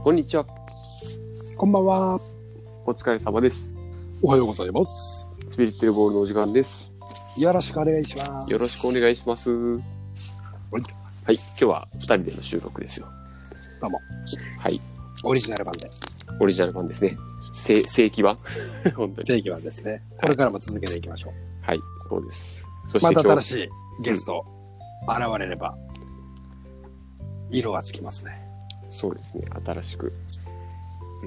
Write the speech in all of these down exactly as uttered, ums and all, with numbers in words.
こんにちは。 こんばんは。 お疲れ様です。 おはようございます。 スピリットルボールのお時間です。 よろしくお願いします。 よろしくお願いします。はい。はい、今日はふたりでの収録ですよ。 どうも。 はい。 オリジナル版で。 オリジナル版ですね。正正規版本当に。 正規版ですね。これからも続けていきましょう。 はい、はい、そうです。そしてまた新しいゲスト、うん、現れれば、色がつきますね。 そうですね。新しく。うん。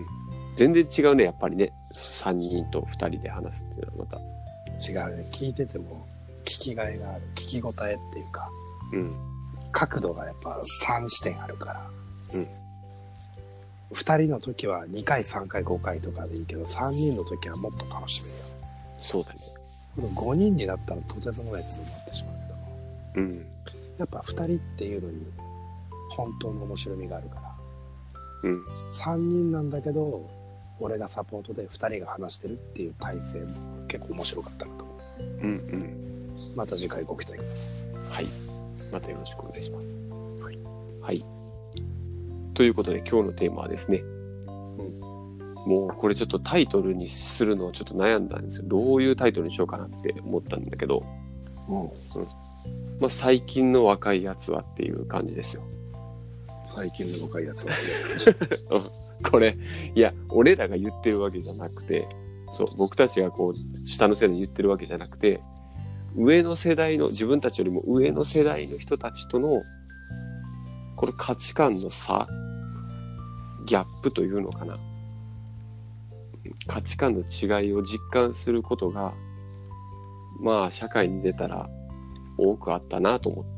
全然違うね、やっぱりね。さんにんとふたりで話すっていうのはまた。 違うね。聞いてても、聞きがいがある。聞き応えっていうか、 うん。 角度がやっぱさん視点あるから。 うん。 ふたりの時はにかい、さんかい、ごかいとかでいいけど、さんにんの時はもっと楽しめるよ。 そうだね。 このごにんになったらとてつもないことになってしまうけども。 うん。 やっぱふたりっていうのに本当の面白みがあるから。 うん。 さんにんなんだけど、俺がサポートでふたりが話してるっていう体制も結構面白かったなと思う。 うんうん。 また次回ご期待ください。 はい。またよろしくお願いします。 はい。 はい。ということで今日のテーマはですね、うん、もうこれちょっとタイトルにするのをちょっと悩んだんですよ。どういうタイトルにしようかなって思ったんだけど、 うん。 うん、まあ最近の若いやつはっていう感じですよ。 最近の若いやつはこれいや俺らが言ってるわけじゃなくて、そう僕たちがこう下の世代に言ってるわけじゃなくて、上の世代の自分たちよりも上の世代の人たちとのこの価値観の差、ギャップというのかな、価値観の違いを実感することがまあ社会に出たら多くあったなと思って、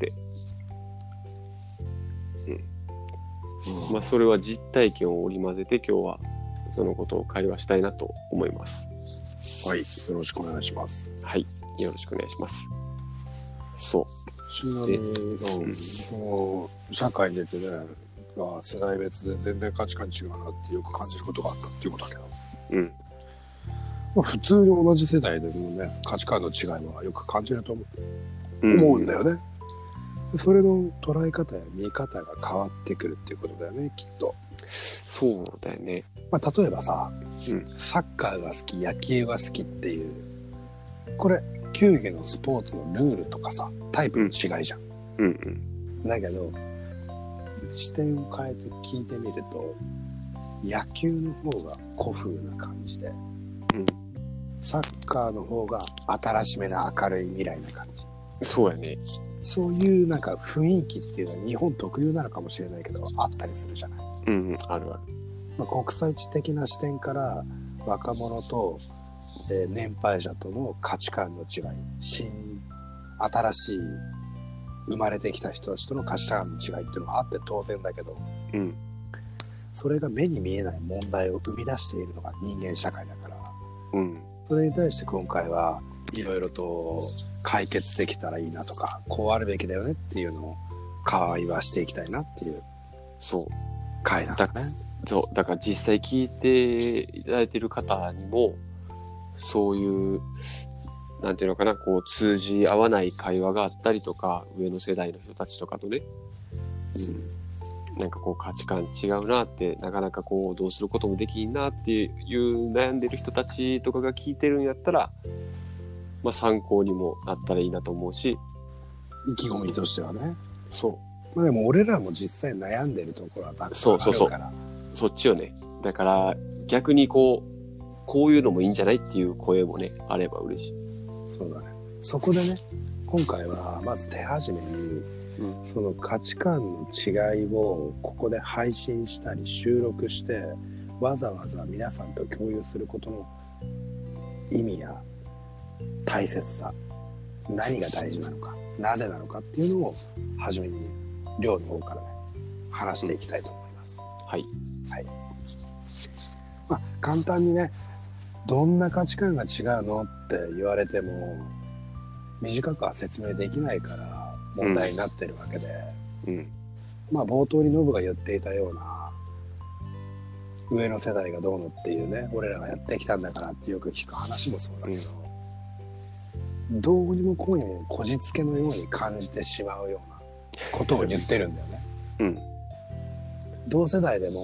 うんうん、まあそれは実体験を織り交ぜて今日はそのことを会話したいなと思います。 はい、よろしくお願いします。 はい、よろしくお願いします。そうちなみに、うん、その社会に出てね、が世代別で全然価値観違うなってよく感じることがあったっていうことだけど、 うん、 まあ、普通に同じ世代でもね、価値観の違いはよく感じると思う、うん、思うんだよね。それの捉え方や見方が変わってくるっていうことだよね、きっと。 そうだよね。 まあ、例えばさ、 うん、 サッカーが好き、野球が好きっていう、これ球技のスポーツのルールとかさ、タイプの違いじゃん。 うんうん、 だけど視点を変えて聞いてみると、野球の方が古風な感じで、 うん、 サッカーの方が新しめな明るい未来な感じ。 そうやね。 そういうなんか雰囲気っていうのは日本特有なのかもしれないけど、あったりするじゃない。 うん、うん、あるある。 まあ、国際知的な視点から若者と、えー、年配者との価値観の違い、新新しい生まれてきた人たちとの価値観の違いっていうのがあって当然だけど、 うん、 それが目に見えない問題を生み出しているのが人間社会だから、 うん、 それに対して今回はいろいろと解決できたらいいなとか、こうあるべきだよねっていうのを会話していきたいなっていうそう回なんだね。 そうだから実際聞いていただいている方にもそういうなんていうのかな、こう通じ合わない会話があったりとか、上の世代の人たちとかとね、うん、なんかこう価値観違うなって、なかなかこうどうすることもできんなっていう悩んでる人たちとかが聞いてるんやったら、まあ参考にもなったらいいなと思うし、 意気込みとしてはね。 そう。 まあでも俺らも実際悩んでるところはたくさんあるから。 そうそうそう。そっちよね。だから逆にこうこういうのもいいんじゃないっていう声もねあれば嬉しい。 そうだね。そこでね、今回はまず手始めに、うん、その価値観の違いをここで配信したり収録して、わざわざ皆さんと共有することの意味や大切さ、何が大事なのか、なぜなのかっていうのを初めに寮の方からね話していきたいと思います。 うん、はい。 はい。まあ簡単にね、どんな価値観が違うのって言われても短くは説明できないから問題になってるわけで、うんうん、まあ冒頭にノブが言っていたような上の世代がどうのっていうね、俺らがやってきたんだからってよく聞く話もそうだけど、うん、どうにもこうにもこじつけのように感じてしまうようなことを言ってるんだよね。うん、同世代でも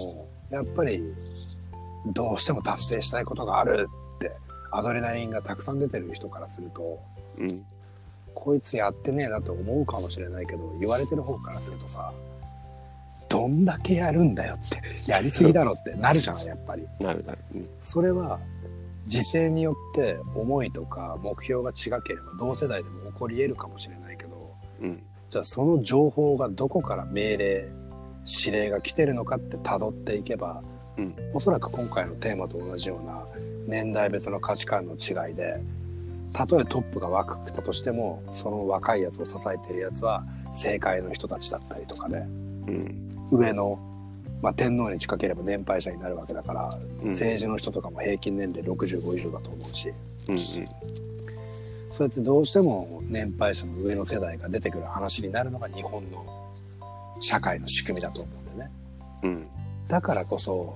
やっぱりどうしても達成したいことがあるってアドレナリンがたくさん出てる人からすると、 うん、 こいつやってねえなと思うかもしれないけど、言われてる方からするとさ、どんだけやるんだよってやりすぎだろってなるじゃないやっぱり。 なるなる、うん、 それは時勢によって思いとか目標が違ければ同世代でも起こり得るかもしれないけど、 うん、 じゃあその情報がどこから命令指令が来てるのかって辿っていけば、うん、おそらく今回のテーマと同じような年代別の価値観の違いで、たとえトップが若くたとしてもその若いやつを支えてるやつは政界の人たちだったりとかで、うん、上の、まあ、天皇に近ければ年配者になるわけだから、うん、政治の人とかも平均年齢ろくじゅうご以上だと思うし、うんうん、そうやってどうしても年配者の上の世代が出てくる話になるのが日本の社会の仕組みだと思うんだよね、うん、だからこそ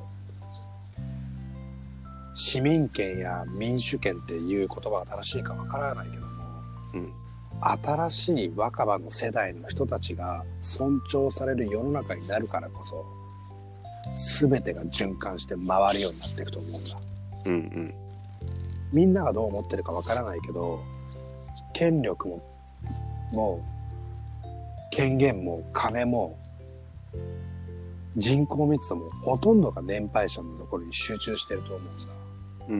市民権や民主権っていう言葉が正しいかわからないけども、うん、新しい若葉の世代の人たちが尊重される世の中になるからこそ全てが循環して回るようになっていくと思うんだ、うんうん、みんながどう思ってるかわからないけど、権力ももう権限も金も人口密度もほとんどが年配者のところに集中してると思うんだ、うんうん、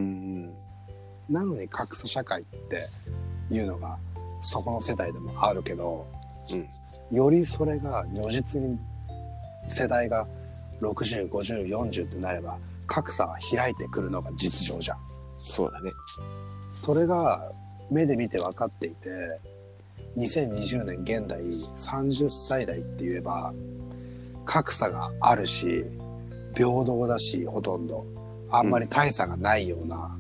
なのに格差社会っていうのがそこの世代でもあるけど、うん、よりそれが如実に世代がろくじゅう、ごじゅう、よんじゅうってなれば格差は開いてくるのが実情じゃん。 そうだね。 それが目で見て分かっていて、にせんにじゅうねん現代さんじゅっさい代って言えば格差があるし平等だし、ほとんどあんまり大差がないような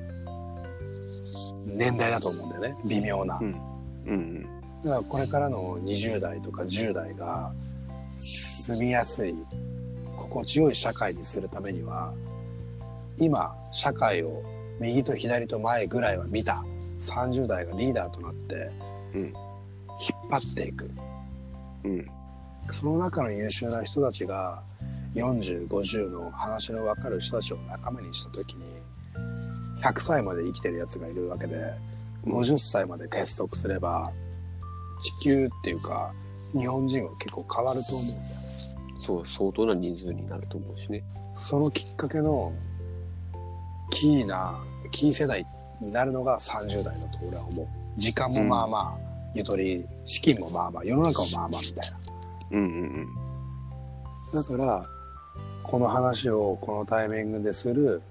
年代だと思うんだよね、微妙な、うんうん、だからこれからのにじゅう代とかじゅう代が住みやすい心地よい社会にするためには、今社会を右と左と前ぐらいは見たさんじゅう代がリーダーとなって、うん、引っ張っていく、うん、その中の優秀な人たちがよんじゅう、ごじゅうの話の分かる人たちを仲間にした時にひゃくさいまで生きてるやつがいるわけで、ごじゅっさいまで結束すれば地球っていうか日本人は結構変わると思うんだよね。 そう、相当な人数になると思うしね。 そのきっかけのキーなキー世代になるのがさんじゅう代だと俺は思う。時間もまあまあ、うん、ゆとり、資金もまあまあ、世の中もまあまあみたいな。うんうんうん。だからこの話をこのタイミングでする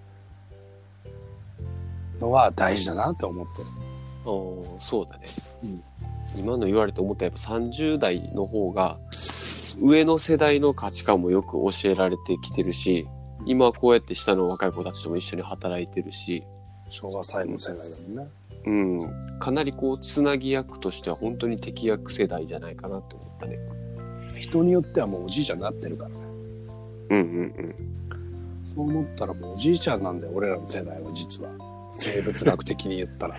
のは大事だなって思ってる。 ああ、そうだね、うん、今の言われて思ったらやっぱさんじゅう代の方が上の世代の価値観もよく教えられてきてるし、今こうやって下の若い子たちとも一緒に働いてるし、 昭和最後の世代だもんね。 うん、かなりこうつなぎ役としては本当に適役世代じゃないかなと思ったね。 人によってはもうおじいちゃんになってるからね。うんうんうん。そう思ったらもうおじいちゃんなんだよ、俺らの世代は実は。生物学的に言ったら。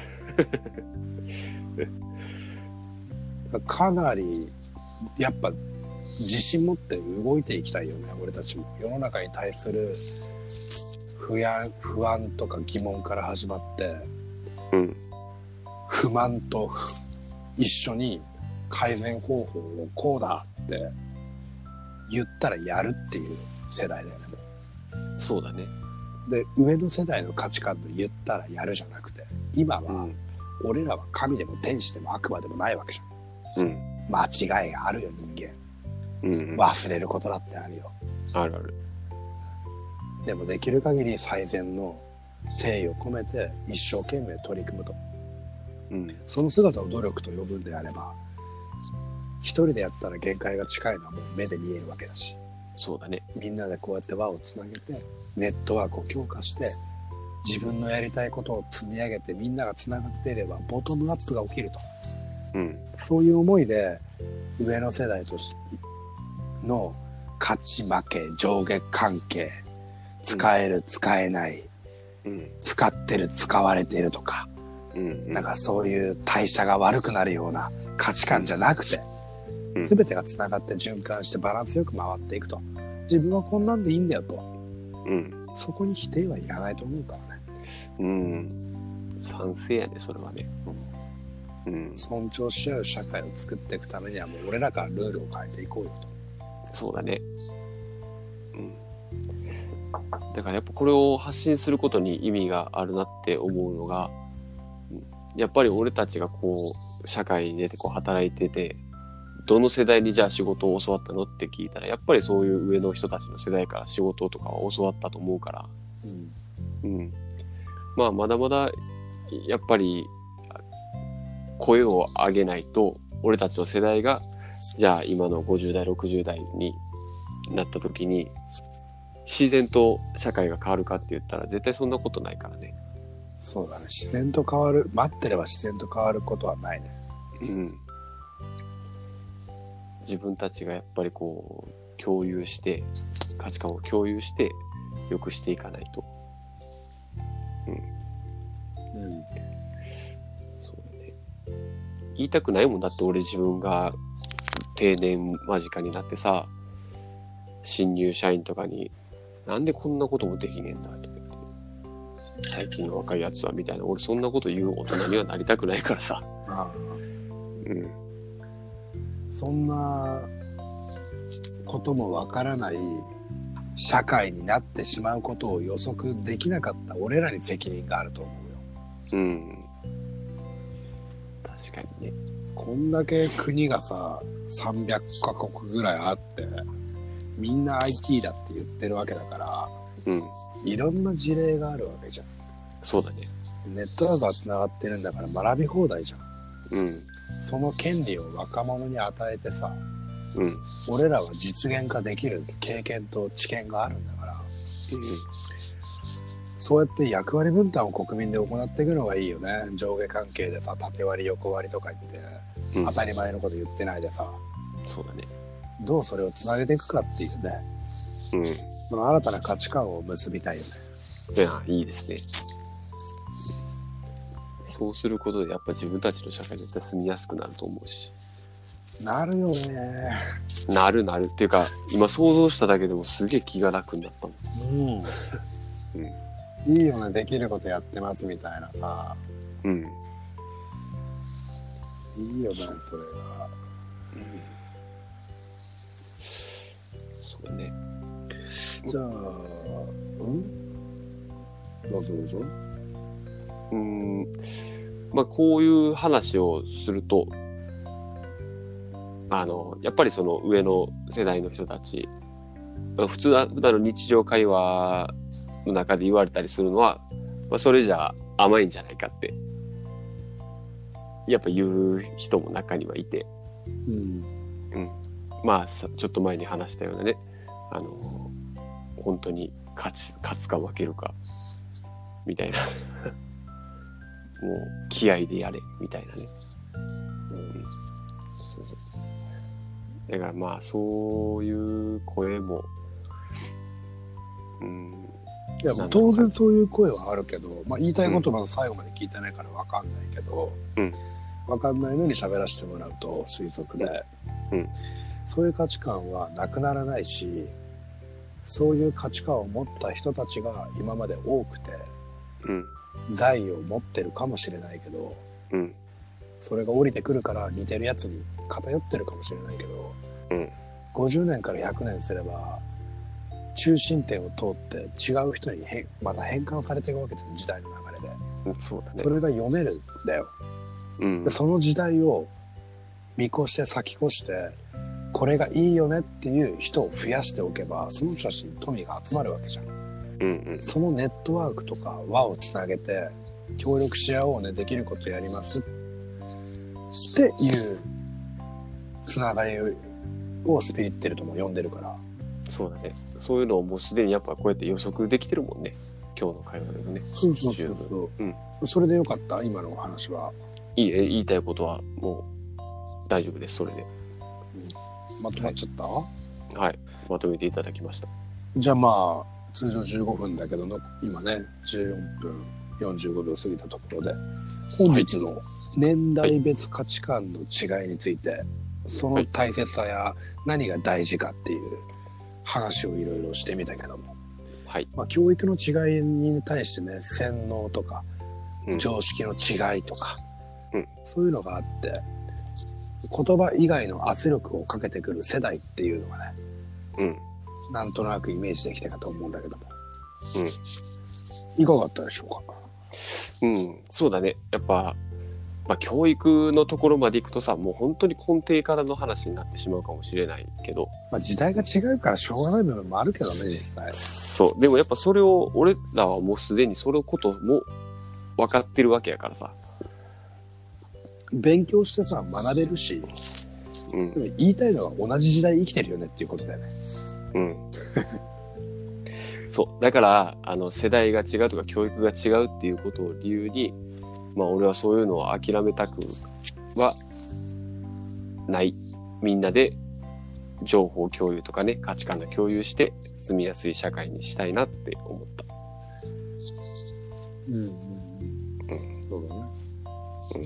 かなりやっぱ自信持って動いていきたいよね、俺たちも。世の中に対する不安、不安とか疑問から始まって、うん、不満と一緒に改善方法をこうだって言ったらやるっていう世代だよね。 そうだね。 で、上の世代の価値観と言ったらやるじゃなくて、今は、うん、俺らは神でも天使でも悪魔でもないわけじゃん。うん、間違いがあるよ、人間。うんうん、忘れることだってあるよ。 あるある。 でもできる限り最善の誠意を込めて一生懸命取り組むと、うん、その姿を努力と呼ぶんであれば、一人でやったら限界が近いのはもう目で見えるわけだし。 そうだね。 みんなでこうやって輪をつなげてネットワークを強化して自分のやりたいことを積み上げて、みんながつながっていればボトムアップが起きると、うん、そういう思いで上の世代との勝ち負け、上下関係、使える、うん、使えない、うん、使ってる使われているとか、うん、なんかそういう代謝が悪くなるような価値観じゃなくて、うん、全てがつながって循環してバランスよく回っていくと。自分はこんなんでいいんだよと。 うん。 そこに否定はいらないと思うからね。 うん。賛成やね、それはね。うん。 尊重し合う社会を作っていくためにはもう俺らからルールを変えていこうよと。そうだね。うん。だからやっぱこれを発信することに意味があるなって思うのが、やっぱり俺たちがこう社会に出てこう働いてて、どの世代にじゃあ仕事を教わったのって聞いたら、やっぱりそういう上の人たちの世代から仕事とかは教わったと思うから、うん、うん、まあまだまだやっぱり声を上げないと、俺たちの世代がじゃあ今のごじゅう代ろくじゅう代になった時に自然と社会が変わるかって言ったら絶対そんなことないからね。 そうだね。自然と変わる、待ってれば自然と変わることはないね。 うん。自分たちがやっぱりこう共有して価値観を共有して良くしていかないと。うん。うん。そうだね。言いたくないもんだって、俺自分が定年間近になってさ、新入社員とかになんでこんなこともできねえんだとか言って、最近の若いやつはみたいな、俺そんなこと言う大人にはなりたくないからさ。ああ、うん。 そんなこともわからない社会になってしまうことを予測できなかった俺らに責任があると思うよ。 うん。確かにね。 こんだけ国がさ、さんびゃくカ国ぐらいあって、みんな アイティー だって言ってるわけだから、うん。いろんな事例があるわけじゃん。 そうだね。 ネットワークが繋がってるんだから学び放題じゃん。うん。その権利を若者に与えてさ、うん、俺らは実現化できる経験と知見があるんだから、うん、そうやって役割分担を国民で行っていくのがいいよね。上下関係でさ、縦割り横割りとか言って、うん、当たり前のこと言ってないでさ、 そうだね。どうそれをつなげていくかっていうね、うん、その新たな価値観を結びたいよね。 いや、いいですね。そうすることでやっぱ自分たちの社会絶対住みやすくなると思うし。 なるよね。 なるなるっていうか、今想像しただけでもすげえ気が楽になったもん。 うん。うん、いいよね、できることやってますみたいなさ。うん。いいよね、それが。うん。 そうね。 じゃあ、うん？どうぞどうぞ。 うーん、まあこういう話をすると、あのやっぱりその上の世代の人たち、普通は普段の日常会話の中で言われたりするのは、まあ、それじゃ甘いんじゃないかってやっぱ言う人も中にはいて、うん、うん、まあちょっと前に話したようなね、あの本当に勝ち勝つか負けるかみたいな。もう気合でやれみたいなね、うん、そうそう。だからまあそういう声も、 うん、いや当然そういう声はあるけど、まあ、言いたいことまだ最後まで聞いてないから分かんないけど、うん、分かんないのに喋らせてもらうと推測で、うん、そういう価値観はなくならないし、そういう価値観を持った人たちが今まで多くて、うん、財を持ってるかもしれないけど、うん、それが降りてくるから似てるやつに偏ってるかもしれないけど、うん、ごじゅうねんからひゃくねんすれば中心点を通って違う人に変また変換されていくわけですよ、時代の流れで、うん、そうだね、それが読めるんだよ、うん、でその時代を見越して先越してこれがいいよねっていう人を増やしておけば、その人たちに富が集まるわけじゃん。うんうん、そのネットワークとか輪をつなげて協力し合おうね、できることやりますっていうつながりをスピリッテルとも呼んでるから。 そうだね。そういうのをもうすでにやっぱこうやって予測できてるもんね、今日の会話でもね。 そうそうそうそう、うん、それでよかった？今のお話は。 いいえ、言いたいことはもう大丈夫です、それで、 うん、まとまっちゃった？ はい、はい、まとめていただきました。 じゃあまあ通常じゅうごふんだけどの今ねじゅうよんぷんよんじゅうごびょう過ぎたところで、本日の年代別価値観の違いについて、はい、その大切さや何が大事かっていう話をいろいろしてみたけども、 はい。 まあ、教育の違いに対してね、洗脳とかうん常識の違いとか、 うんそういうのがあって、言葉以外の圧力をかけてくる世代っていうのがね、 うん。 なんとなくイメージできたかと思うんだけども、 うん。 いかがだったでしょうか。 うん。そうだね。やっぱ、まあ、教育のところまで行くとさ、もう本当に根底からの話になってしまうかもしれないけど、 まあ、時代が違うからしょうがない部分もあるけどね、実際。 そう。でもやっぱそれを、俺らはもうすでにそのことも分かってるわけやからさ。 勉強してさ、学べるし、 うん。 でも言いたいのは同じ時代生きてるよねっていうことだよね。 うん。そう。だから、あの、世代が違うとか教育が違うっていうことを理由に、まあ俺はそういうのを諦めたくはない。みんなで情報共有とかね、価値観の共有して住みやすい社会にしたいなって思った。 うんうんうん。 うん。 そうだね。 うん。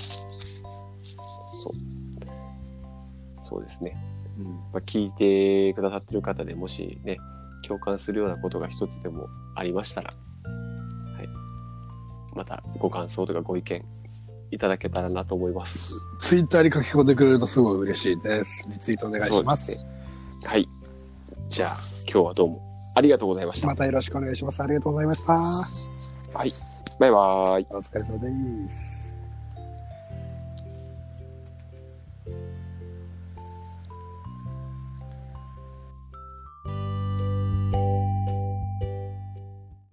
そう。そうですね。 うん。 まあ、聞いてくださってる方でもしね、共感するようなことが一つでもありましたら、はい。またご感想とかご意見いただけたらなと思います。 ツイッターに書き込んでくれるとすごい嬉しいです。リツイートお願いします。 そうですね。はい。じゃあ、今日はどうもありがとうございました。 またよろしくお願いします。ありがとうございました。 はい。バイバーイ。 お疲れ様です。